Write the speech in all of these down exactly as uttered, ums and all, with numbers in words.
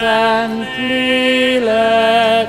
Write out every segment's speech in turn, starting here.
Szent Lélek,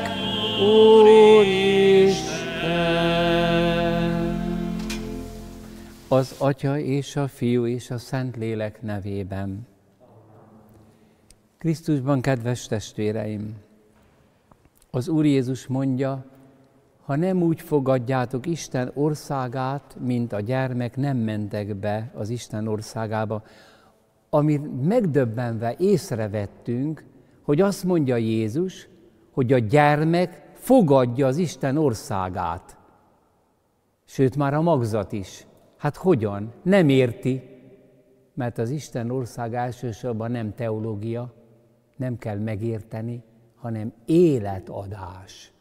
Úristen. Az Atya és a Fiú és a Szent Lélek nevében. Krisztusban, kedves testvéreim! Az Úr Jézus mondja, ha nem úgy fogadjátok Isten országát, mint a gyermek, nem mentek be az Isten országába. Amit megdöbbenve észrevettünk, hogy azt mondja Jézus, hogy a gyermek fogadja az Isten országát. Sőt, már a magzat is. Hát hogyan? Nem érti, mert az Isten ország elsősorban nem teológia, nem kell megérteni, hanem életadás.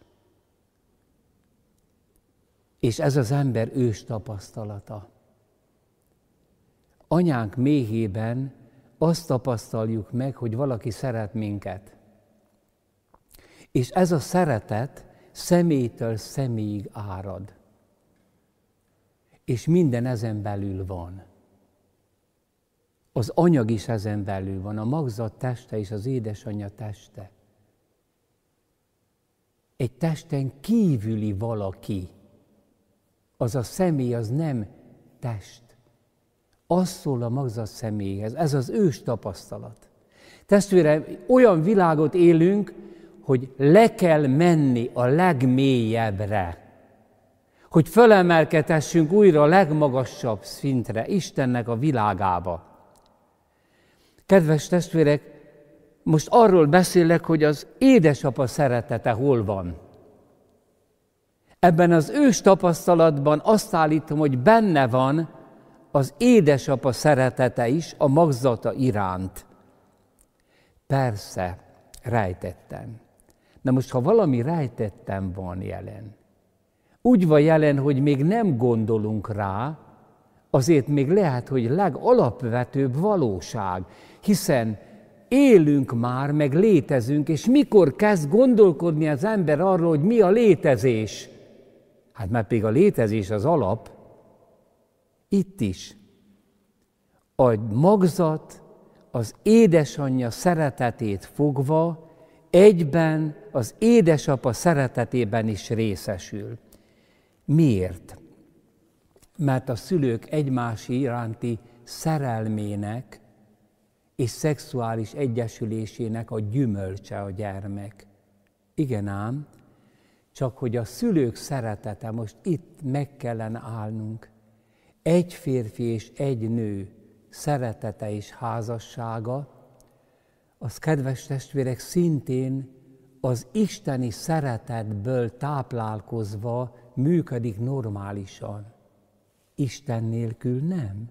És ez az ember ős tapasztalata. Anyánk méhében azt tapasztaljuk meg, hogy valaki szeret minket. És ez a szeretet személytől személyig árad. És minden ezen belül van. Az anyag is ezen belül van, a magzat teste és az édesanyja teste. Egy testen kívüli valaki, az a személy, az nem test. Az szól a magzat személyhez, ez az ős tapasztalat. Testvérem, olyan világot élünk, hogy le kell menni a legmélyebbre, hogy fölemelkedhessünk újra a legmagasabb szintre, Istennek a világába. Kedves testvérek, most arról beszélek, hogy az édesapa szeretete hol van. Ebben az ős tapasztalatban azt állítom, hogy benne van az édesapa szeretete is a magzata iránt. Persze, rejtettem. Na most, ha valami rejtettem van jelen, úgy van jelen, hogy még nem gondolunk rá, azért még lehet, hogy legalapvetőbb valóság, hiszen élünk már, meg létezünk, és mikor kezd gondolkodni az ember arról, hogy mi a létezés? Hát mert még a létezés az alap, itt is. A magzat az édesanyja szeretetét fogva egyben az édesapa szeretetében is részesül. Miért? Mert a szülők egymás iránti szerelmének és szexuális egyesülésének a gyümölcse a gyermek. Igen ám, csak hogy a szülők szeretete, most itt meg kellene állnunk, egy férfi és egy nő szeretete és házassága, az, kedves testvérek, szintén az isteni szeretetből táplálkozva működik normálisan. Isten nélkül nem.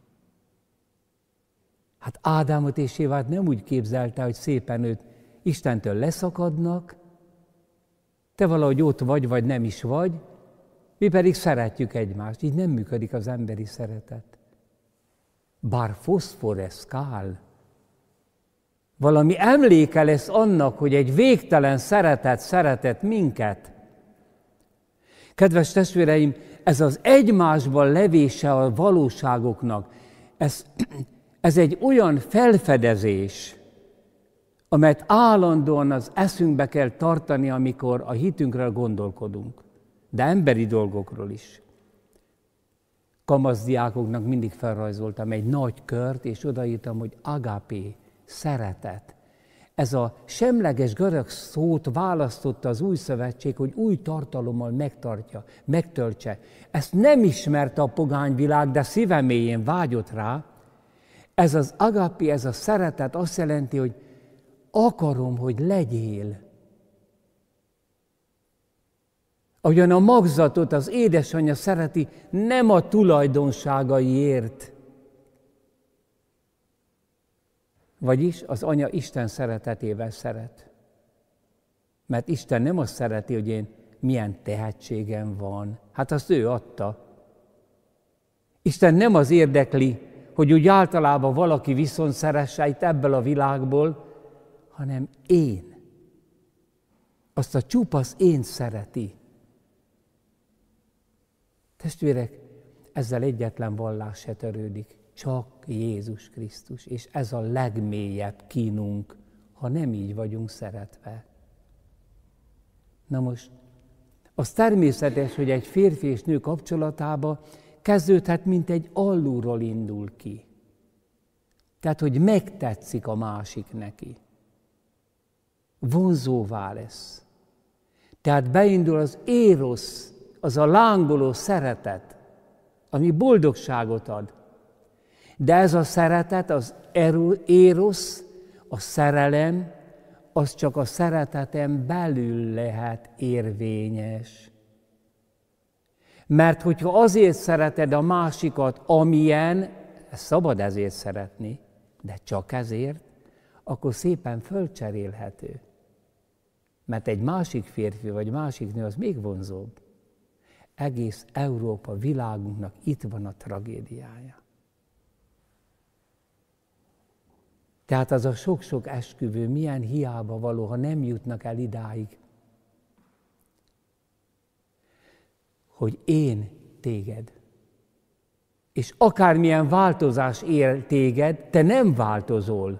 Hát Ádámot és Évát nem úgy képzelte, hogy szépen őt Istentől leszakadnak, te valahogy ott vagy, vagy nem is vagy, mi pedig szeretjük egymást. Így nem működik az emberi szeretet. Bár foszforeszkál, valami emléke lesz annak, hogy egy végtelen szeretet szeretett minket. Kedves testvéreim, ez az egymásban levése a valóságoknak, ez, ez egy olyan felfedezés, amelyet állandóan az eszünkbe kell tartani, amikor a hitünkről gondolkodunk, de emberi dolgokról is. Kamaszdiákoknak mindig felrajzoltam egy nagy kört, és odaírtam, hogy agapé, szeretet. Ez a semleges görög szót választotta az új szövetség, hogy új tartalommal megtartja, megtöltse. Ezt nem ismerte a pogányvilág, de szíve mélyén vágyott rá. Ez az agapé, ez a szeretet azt jelenti, hogy akarom, hogy legyél. Ahogyan a magzatot az édesanyja szereti, nem a tulajdonságaiért, vagyis az anya Isten szeretetével szeret. Mert Isten nem azt szereti, hogy én milyen tehetségem van. Hát azt ő adta. Isten nem az érdekli, hogy úgy általában valaki viszont szeresse itt ebből a világból, hanem én. Azt a csupasz én szereti. Testvérek, ezzel egyetlen vallás se törődik. Csak Jézus Krisztus, és ez a legmélyebb kínunk, ha nem így vagyunk szeretve. Na most, az természetes, hogy egy férfi és nő kapcsolatába kezdődhet, mint egy alulról indul ki. Tehát, hogy megtetszik a másik neki. Vonzóvá lesz. Tehát beindul az érosz, az a lángoló szeretet, ami boldogságot ad. De ez a szeretet, az érosz, a szerelem, az csak a szereteten belül lehet érvényes. Mert hogyha azért szereted a másikat, amilyen, szabad ezért szeretni, de csak ezért, akkor szépen fölcserélhető. Mert egy másik férfi vagy másik nő az még vonzóbb. Egész Európa, világunknak itt van a tragédiája. Tehát az a sok-sok esküvő milyen hiába való, ha nem jutnak el idáig, hogy én téged, és akármilyen változás ér téged, te nem változol.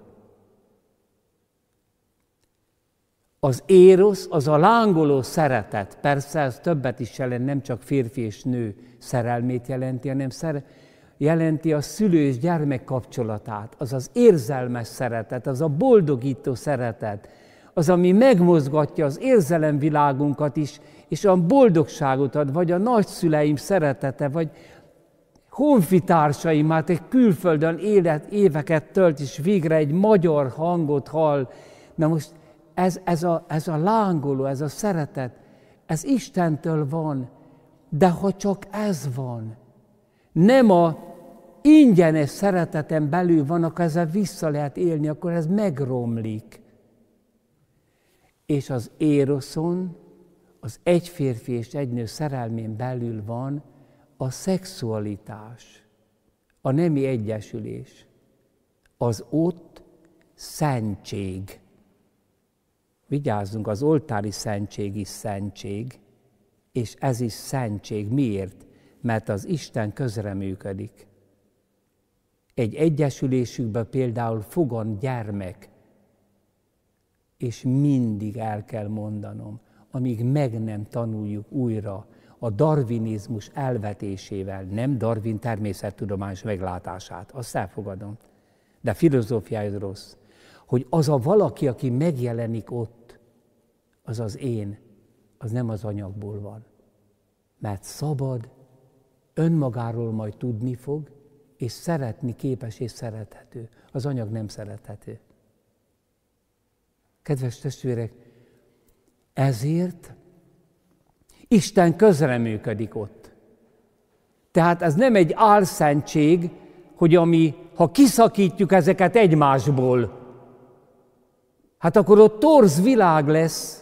Az érosz, az a lángoló szeretet, persze ez többet is jelent, nem csak férfi és nő szerelmét jelenti, hanem szere- jelenti a szülő és gyermek kapcsolatát, az az érzelmes szeretet, az a boldogító szeretet, az, ami megmozgatja az érzelemvilágunkat is, és a boldogságot ad, vagy a nagyszüleim szeretete, vagy honfitársaim, hát egy külföldön élet, éveket tölt, és végre egy magyar hangot hall. Na most ez, ez, a, ez a lángoló, ez a szeretet, ez Istentől van, de ha csak ez van, nem a ingyenes szereteten belül van, akkor ezzel vissza lehet élni, akkor ez megromlik. És az éroszon, az egy férfi és egy nő szerelmén belül van a szexualitás, a nemi egyesülés. Az ott szentség. Vigyázzunk, az oltári szentség is szentség, és ez is szentség. Miért? Mert az Isten közreműködik. Egy egyesülésükben például fogan gyermek, és mindig el kell mondanom, amíg meg nem tanuljuk újra a darwinizmus elvetésével, nem Darwin természettudományos meglátását, azt elfogadom, de filozófiája rossz, hogy az a valaki, aki megjelenik ott, az az én, az nem az anyagból van. Mert szabad, önmagáról majd tudni fog, és szeretni képes és szerethető. Az anyag nem szerethető. Kedves testvérek, ezért Isten közreműködik ott. Tehát ez nem egy álszentség, hogy ami, ha kiszakítjuk ezeket egymásból, hát akkor ott torz világ lesz.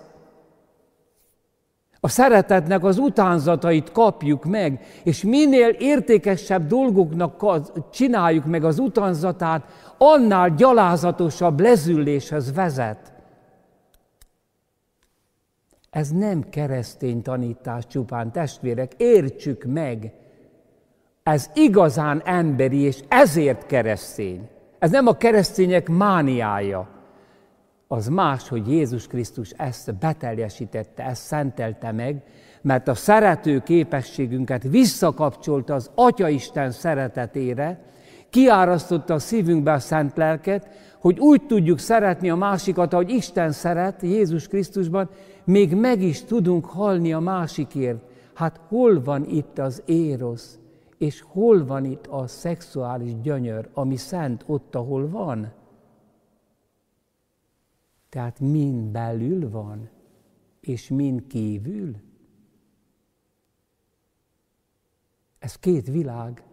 A szeretetnek az utánzatait kapjuk meg, és minél értékesebb dolgoknak csináljuk meg az utánzatát, annál gyalázatosabb lezülléshez vezet. Ez nem keresztény tanítás csupán, testvérek, értsük meg. Ez igazán emberi, és ezért keresztény. Ez nem a keresztények mániája. Az más, hogy Jézus Krisztus ezt beteljesítette, ezt szentelte meg, mert a szerető képességünket visszakapcsolta az Atyaisten szeretetére, kiárasztotta a szívünkbe a szent lelket, hogy úgy tudjuk szeretni a másikat, ahogy Isten szeret Jézus Krisztusban, még meg is tudunk halni a másikért. Hát hol van itt az érosz, és hol van itt a szexuális gyönyör, ami szent ott, ahol van? Tehát mind belül van, és mind kívül. Ez két világ.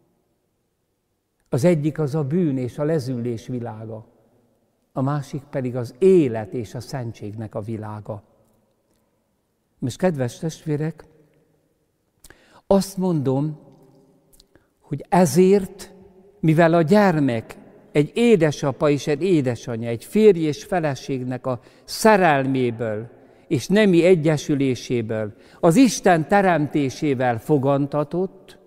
Az egyik az a bűn és a lezüllés világa, a másik pedig az élet és a szentségnek a világa. Most, kedves testvérek, azt mondom, hogy ezért, mivel a gyermek egy édesapa és egy édesanyja, egy férj és feleségnek a szerelméből és nemi egyesüléséből, az Isten teremtésével fogantatott,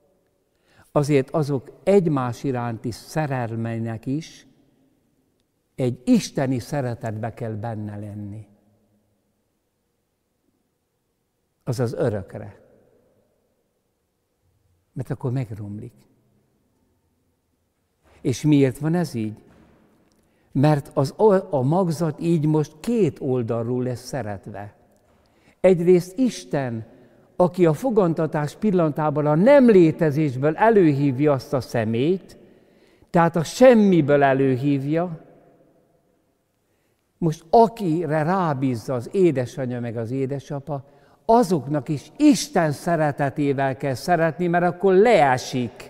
azért azok egymás iránti szerelmének is Egy isteni szeretetbe kell benne lenni. Azaz örökre. Mert akkor megromlik. És miért van ez így? Mert az, a magzat így most két oldalról lesz szeretve. Egyrészt Isten, aki a fogantatás pillanatában a nem létezésből előhívja azt a személyt, tehát a semmiből előhívja, most akire rábízza az édesanyja meg az édesapa, azoknak is Isten szeretetével kell szeretni, mert akkor leesik.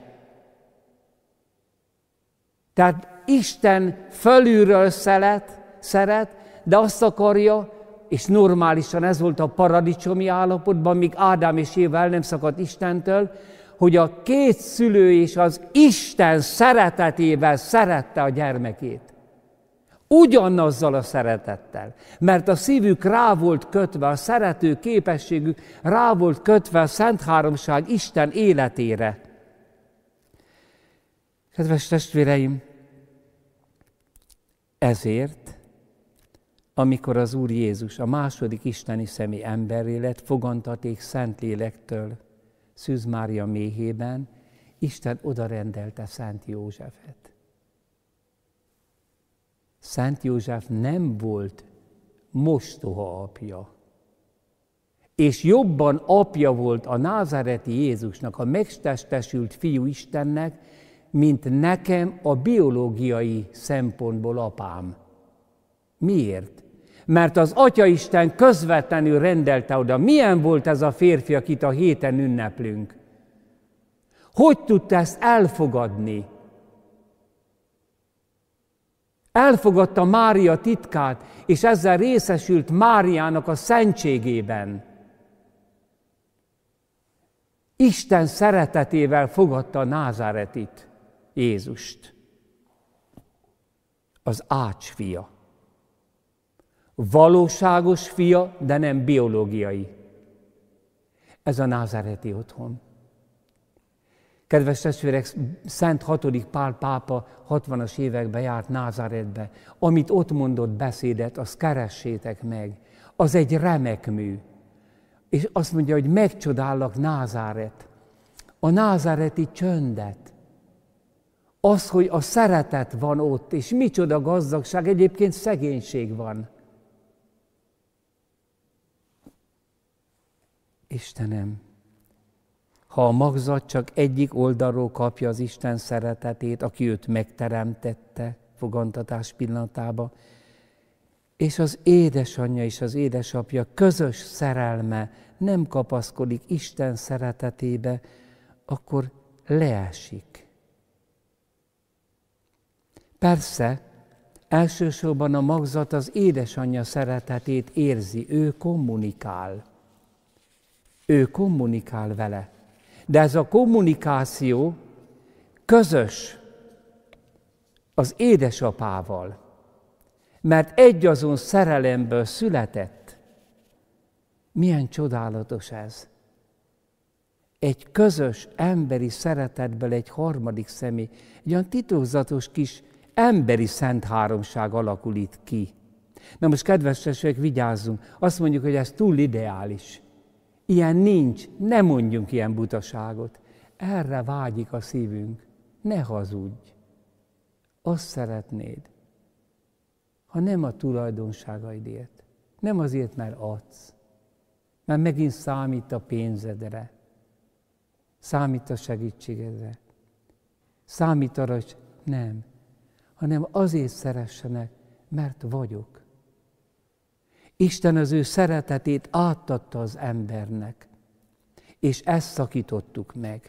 Tehát Isten fölülről szeret, szeret, de azt akarja, és normálisan ez volt a paradicsomi állapotban, míg Ádám és Éva el nem szakadt Istentől, hogy a két szülő is az Isten szeretetével szerette a gyermekét. Ugyanazzal a szeretettel, mert a szívük rá volt kötve, a szerető képességük rá volt kötve a Szent Háromság Isten életére. Kedves testvéreim, ezért, amikor az Úr Jézus a második isteni személy emberré lett, fogantaték Szentlélektől Szűz Mária méhében, Isten odarendelte Szent Józsefet. Szent József nem volt mostoha apja, és jobban apja volt a názáreti Jézusnak, a megtestesült fiú Istennek, mint nekem a biológiai szempontból apám. Miért? Mert az Atyaisten közvetlenül rendelte oda. Milyen volt ez a férfi, akit a héten ünneplünk? Hogy tudta ezt elfogadni? Elfogadta Mária titkát, és ezzel részesült Máriának a szentségében. Isten szeretetével fogadta a názáretit, Jézust. Az ács fia. Valóságos fia, de nem biológiai. Ez a názáreti otthon. Kedves testvérek, Szent hatodik Pál pápa hatvanas években járt Názáretbe. Amit ott mondott beszédet, azt keressétek meg. Az egy remek mű. És azt mondja, hogy megcsodállak Názáret. A názáreti csöndet. Az, hogy a szeretet van ott, és micsoda gazdagság, egyébként szegénység van. Istenem, ha a magzat csak egyik oldalról kapja az Isten szeretetét, aki őt megteremtette fogantatás pillanatába, és az édesanyja és az édesapja közös szerelme nem kapaszkodik Isten szeretetébe, akkor leesik. Persze, elsősorban a magzat az édesanyja szeretetét érzi, ő kommunikál. Ő kommunikál vele. De ez a kommunikáció közös az édesapával, mert egyazon szerelemből született. Milyen csodálatos ez! Egy közös emberi szeretetből egy harmadik személy, egy olyan titokzatos kis emberi szent háromság alakul itt ki. Na most, kedves testvérek, vigyázzunk, azt mondjuk, hogy ez túl ideális. Ilyen nincs, ne mondjunk ilyen butaságot. Erre vágyik a szívünk. Ne hazudj. Azt szeretnéd, ha nem a tulajdonságaidért, nem azért, mert adsz, mert megint számít a pénzedre, számít a segítségedre, számít arra, hogy nem, hanem azért szeressenek, mert vagyok. Isten az ő szeretetét átadta az embernek, és ezt szakítottuk meg.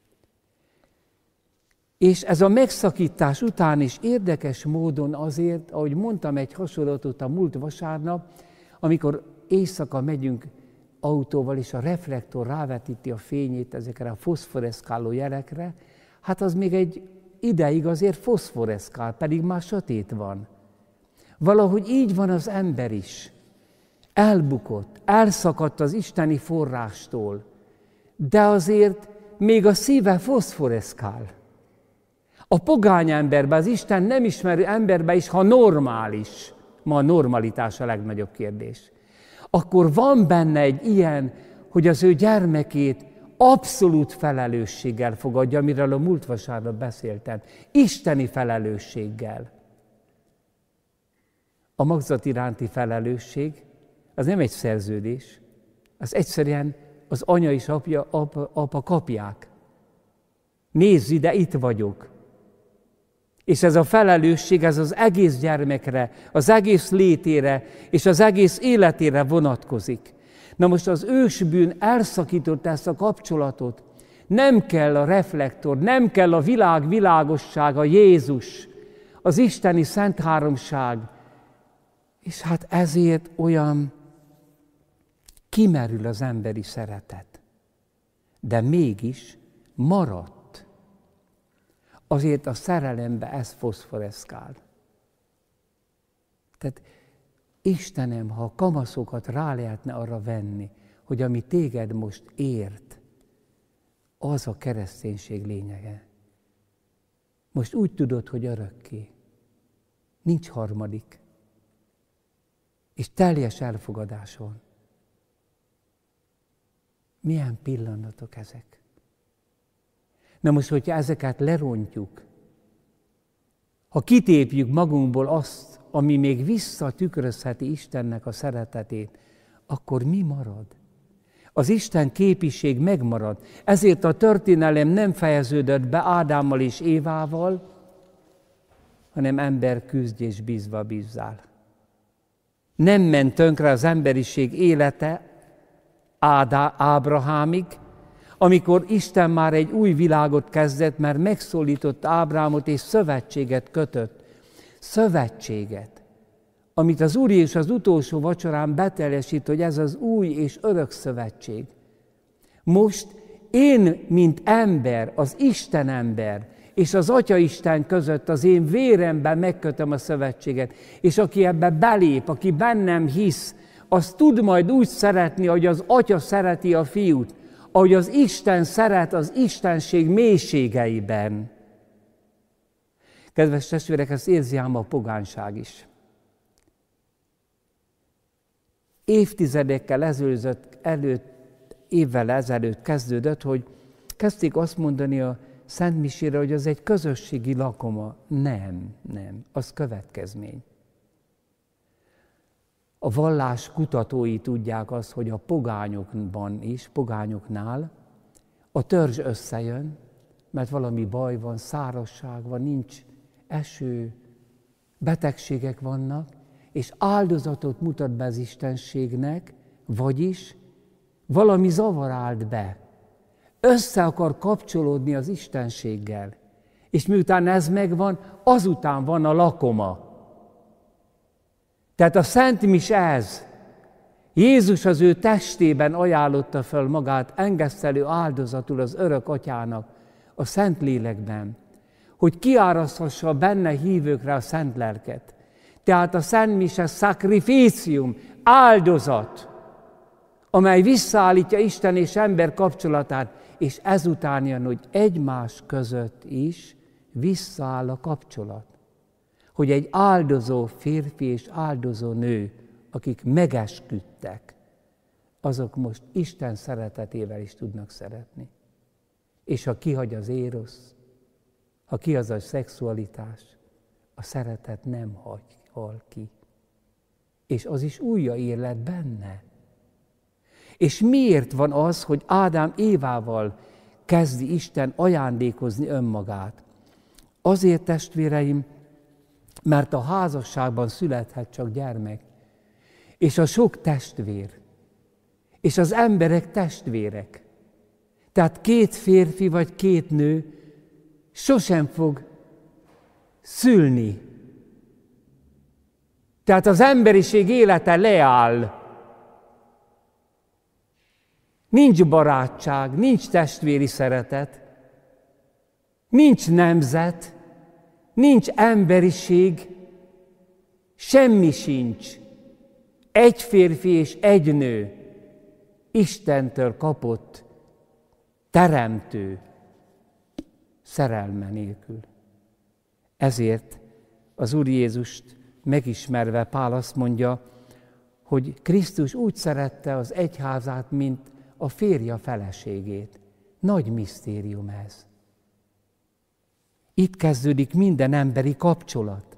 És ez a megszakítás után is érdekes módon azért, ahogy mondtam egy hasonlatot a múlt vasárnap, amikor éjszaka megyünk autóval, és a reflektor rávetíti a fényét ezekre a foszforeszkáló jelekre, hát az még egy ideig azért foszforeszkál, pedig már sötét van. Valahogy így van az ember is. Elbukott, elszakadt az isteni forrástól, de azért még a szíve foszforeszkál. A pogány emberben, az Isten nem ismerő emberben is, ha normális, ma a normalitás a legnagyobb kérdés, akkor van benne egy ilyen, hogy az ő gyermekét abszolút felelősséggel fogadja, amiről a múlt vasárnap beszéltem. Isteni felelősséggel. A magzat iránti felelősség az nem egy szerződés, az egyszerűen az anya és apja, apa, apa kapják. Nézz ide, itt vagyok. És ez a felelősség, ez az egész gyermekre, az egész létére és az egész életére vonatkozik. Na most az ősbűn elszakította ezt a kapcsolatot. Nem kell a reflektor, nem kell a világ világossága, Jézus, az isteni szent háromság. És hát ezért olyan kimerül az emberi szeretet. De mégis maradt. Azért a szerelembe ez foszforeszkál. Tehát Istenem, ha a kamaszokat rá lehetne arra venni, hogy ami téged most ért, az a kereszténység lényege. Most úgy tudod, hogy örökké. Nincs harmadik. És teljes elfogadás van. Milyen pillanatok ezek? Na most, hogyha ezeket lerontjuk, ha kitépjük magunkból azt, ami még visszatükrözheti Istennek a szeretetét, akkor mi marad? Az Isten képiség megmarad. Ezért a történelem nem fejeződött be Ádámmal és Évával, hanem ember küzdj és bízva bízzál. Nem ment tönkre az emberiség élete Ádá, Ábrahámig, amikor Isten már egy új világot kezdett, mert megszólított Ábrámot és szövetséget kötött. Szövetséget, amit az Úr és az utolsó vacsorán beteljesít, hogy ez az új és örök szövetség. Most én, mint ember, az Isten ember, és az Atya Isten között az én véremben megkötöm a szövetséget, és aki ebbe belép, aki bennem hisz, az tud majd úgy szeretni, ahogy az Atya szereti a fiút, ahogy az Isten szeret az Istenség mélységeiben. Kedves testvérek, ezt érzi ám a pogányság is. Évtizedekkel ezelőtt, előtt, évvel ezelőtt kezdődött, hogy kezdték azt mondani a Szent Misére, hogy az egy közösségi lakoma. Nem, nem, az következmény. A vallás kutatói tudják azt, hogy a pogányokban is, pogányoknál a törzs összejön, mert valami baj van, szárazság van, nincs eső, betegségek vannak, és áldozatot mutat be az Istenségnek, vagyis valami zavar állt be. Össze akar kapcsolódni az Istenséggel. És miután ez megvan, azután van a lakoma. Tehát a Szent Mise ez. Jézus az ő testében ajánlotta fel magát engesztelő áldozatul az örök Atyának a Szent Lélekben, hogy kiáraszthassa a benne hívőkre a Szent Lelket. Tehát a Szent Mise szakrifícium, áldozat, amely visszaállítja Isten és ember kapcsolatát, és ezután jön, hogy egymás között is visszaáll a kapcsolat. Hogy egy áldozó férfi és áldozó nő, akik megesküdtek, azok most Isten szeretetével is tudnak szeretni. És ha kihagy az érosz, ha kihagy a szexualitás, a szeretet nem hagy, hal ki. És az is újja élet benne. És miért van az, hogy Ádám Évával kezdi Isten ajándékozni önmagát? Azért, testvéreim, mert a házasságban születhet csak gyermek, és a sok testvér, és az emberek testvérek. Tehát két férfi vagy két nő sosem fog szülni. Tehát az emberiség élete leáll. Nincs barátság, nincs testvéri szeretet, nincs nemzet, nincs emberiség, semmi sincs. Egy férfi és egy nő Istentől kapott teremtő szerelme nélkül. Ezért az Úr Jézust megismerve Pál azt mondja, hogy Krisztus úgy szerette az egyházát, mint a férje feleségét. Nagy misztérium ez. Itt kezdődik minden emberi kapcsolat.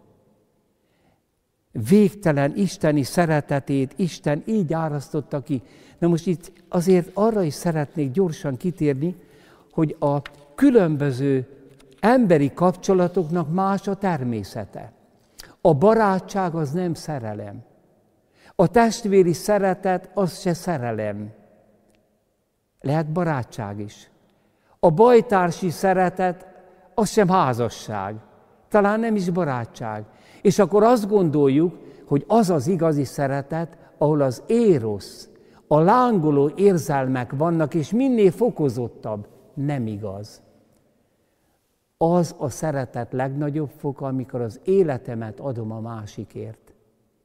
Végtelen isteni szeretetét Isten így árasztotta ki. Na most itt azért arra is szeretnék gyorsan kitérni, hogy a különböző emberi kapcsolatoknak más a természete. A barátság az nem szerelem. A testvéri szeretet az se szerelem. Lehet barátság is. A bajtársi szeretet az sem házasság. Talán nem is barátság. És akkor azt gondoljuk, hogy az az igazi szeretet, ahol az érosz, a lángoló érzelmek vannak, és minél fokozottabb. Nem igaz. Az a szeretet legnagyobb foka, amikor az életemet adom a másikért.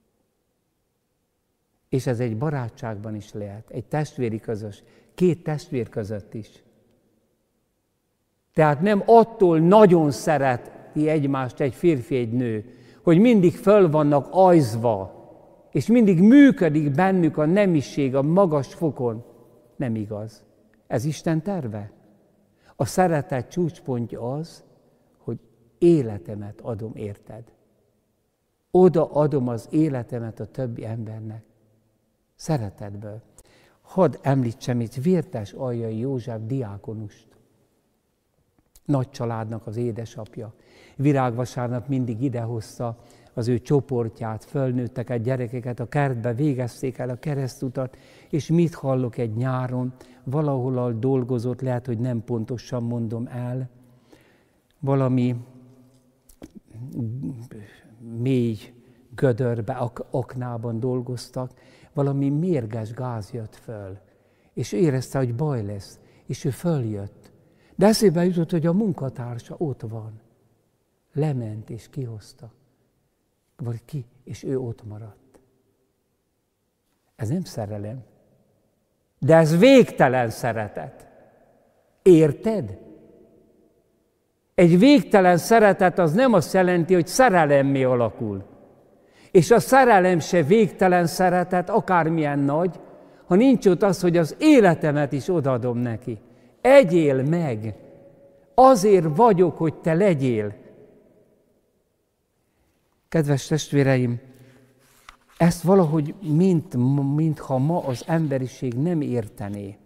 És ez egy barátságban is lehet, egy testvéri közös, két testvér között is. Tehát nem attól nagyon szereti egymást egy férfi, egy nő, hogy mindig föl vannak ajzva, és mindig működik bennük a nemiség a magas fokon. Nem igaz. Ez Isten terve. A szeretet csúcspontja az, hogy életemet adom érted. Oda adom az életemet a többi embernek. Szeretetből. Hadd említsem itt Vértes Aljai József diákonust. Nagy családnak az édesapja. Virágvasárnap mindig idehozta az ő csoportját, fölnőtteket, gyerekeket, a kertbe végezték el a keresztutat, és mit hallok egy nyáron, valahol dolgozott, lehet, hogy nem pontosan mondom el, valami mély gödörbe, ak- aknában dolgoztak, valami mérges gáz jött föl, és ő érezte, hogy baj lesz, és ő följött. De eszébe jutott, hogy a munkatársa ott van. Lement és kihozta. Vagy ki, és ő ott maradt. Ez nem szerelem. De ez végtelen szeretet. Érted? Egy végtelen szeretet az nem azt jelenti, hogy szerelemmé alakul. És a szerelem se végtelen szeretet, akármilyen nagy, ha nincs ott az, hogy az életemet is odaadom neki. Egyél meg! Azért vagyok, hogy te legyél. Kedves testvéreim, ezt valahogy mint, mintha ma az emberiség nem értené.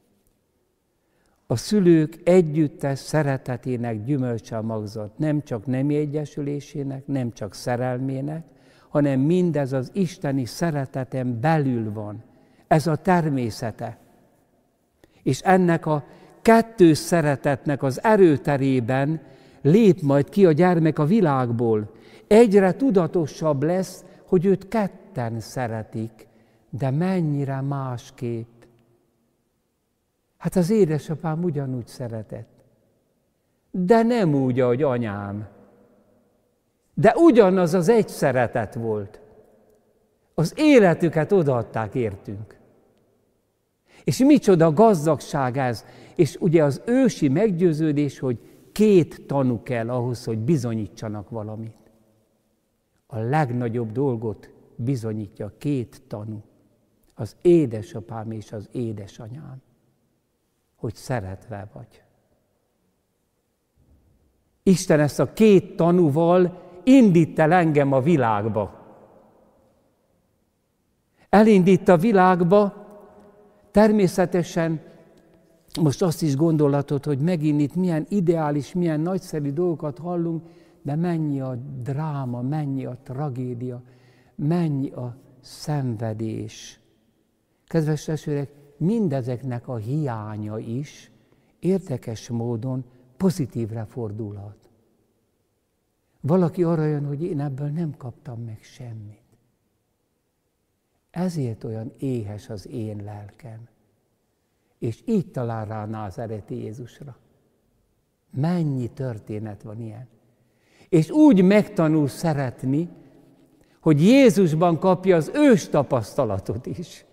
A szülők együttes szeretetének gyümölcse a magzat, nem csak nemi egyesülésének, nem csak szerelmének, hanem mindez az isteni szereteten belül van. Ez a természete. És ennek a kettős szeretetnek az erőterében lép majd ki a gyermek a világból. Egyre tudatosabb lesz, hogy őt ketten szeretik, de mennyire másképp. Hát az édesapám ugyanúgy szeretett, de nem úgy, ahogy anyám. De ugyanaz az egy szeretet volt. Az életüket odaadták értünk. És micsoda gazdagság ez. És ugye az ősi meggyőződés, hogy két tanú kell ahhoz, hogy bizonyítsanak valamit. A legnagyobb dolgot bizonyítja két tanú. Az édesapám és az édesanyám. Hogy szeretve vagy. Isten ezt a két tanúval indít el engem a világba. Elindít a világba, természetesen most azt is gondolatot, hogy megint itt milyen ideális, milyen nagyszerű dolgokat hallunk, de mennyi a dráma, mennyi a tragédia, mennyi a szenvedés. Kedves testvérek, mindezeknek a hiánya is érdekes módon pozitívre fordulhat. Valaki arra jön, hogy én ebből nem kaptam meg semmit. Ezért olyan éhes az én lelkem. És így talál rá názáreti Jézusra. Mennyi történet van ilyen. És úgy megtanul szeretni, hogy Jézusban kapja az ős tapasztalatot is.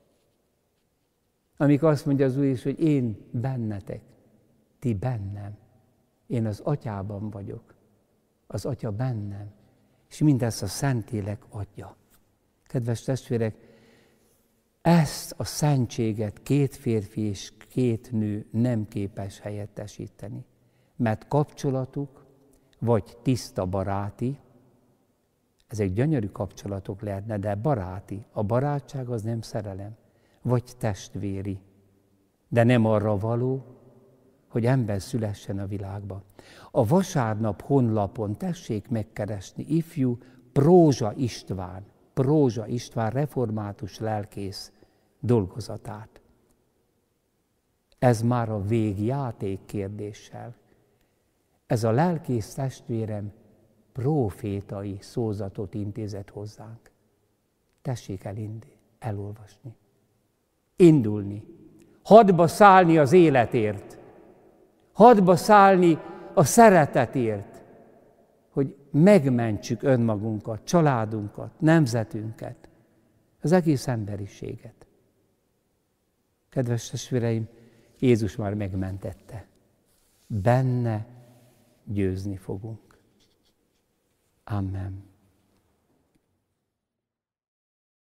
Amikor azt mondja az Úr is, hogy én bennetek, ti bennem, én az Atyában vagyok. az Atya bennem, és mindezt a Szentlélek adja. Kedves testvérek, ezt a szentséget két férfi és két nő nem képes helyettesíteni, mert kapcsolatuk vagy tiszta baráti, ezek gyönyörű kapcsolatok lehetne, de baráti. A barátság az nem szerelem, vagy testvéri, de nem arra való, hogy ember szülessen a világba. A Vasárnap honlapon tessék megkeresni ifjú Prózsa István, Prózsa István református lelkész dolgozatát. Ez már a végjáték kérdéssel. Ez a lelkész testvérem profétai szózatot intézett hozzánk. Tessék elindulni, elolvasni, indulni, hadba szállni az életért, hadba szállni a szeretetért, hogy megmentsük önmagunkat, családunkat, nemzetünket, az egész emberiséget. Kedves testvéreim, Jézus már megmentette. Benne győzni fogunk. Amen.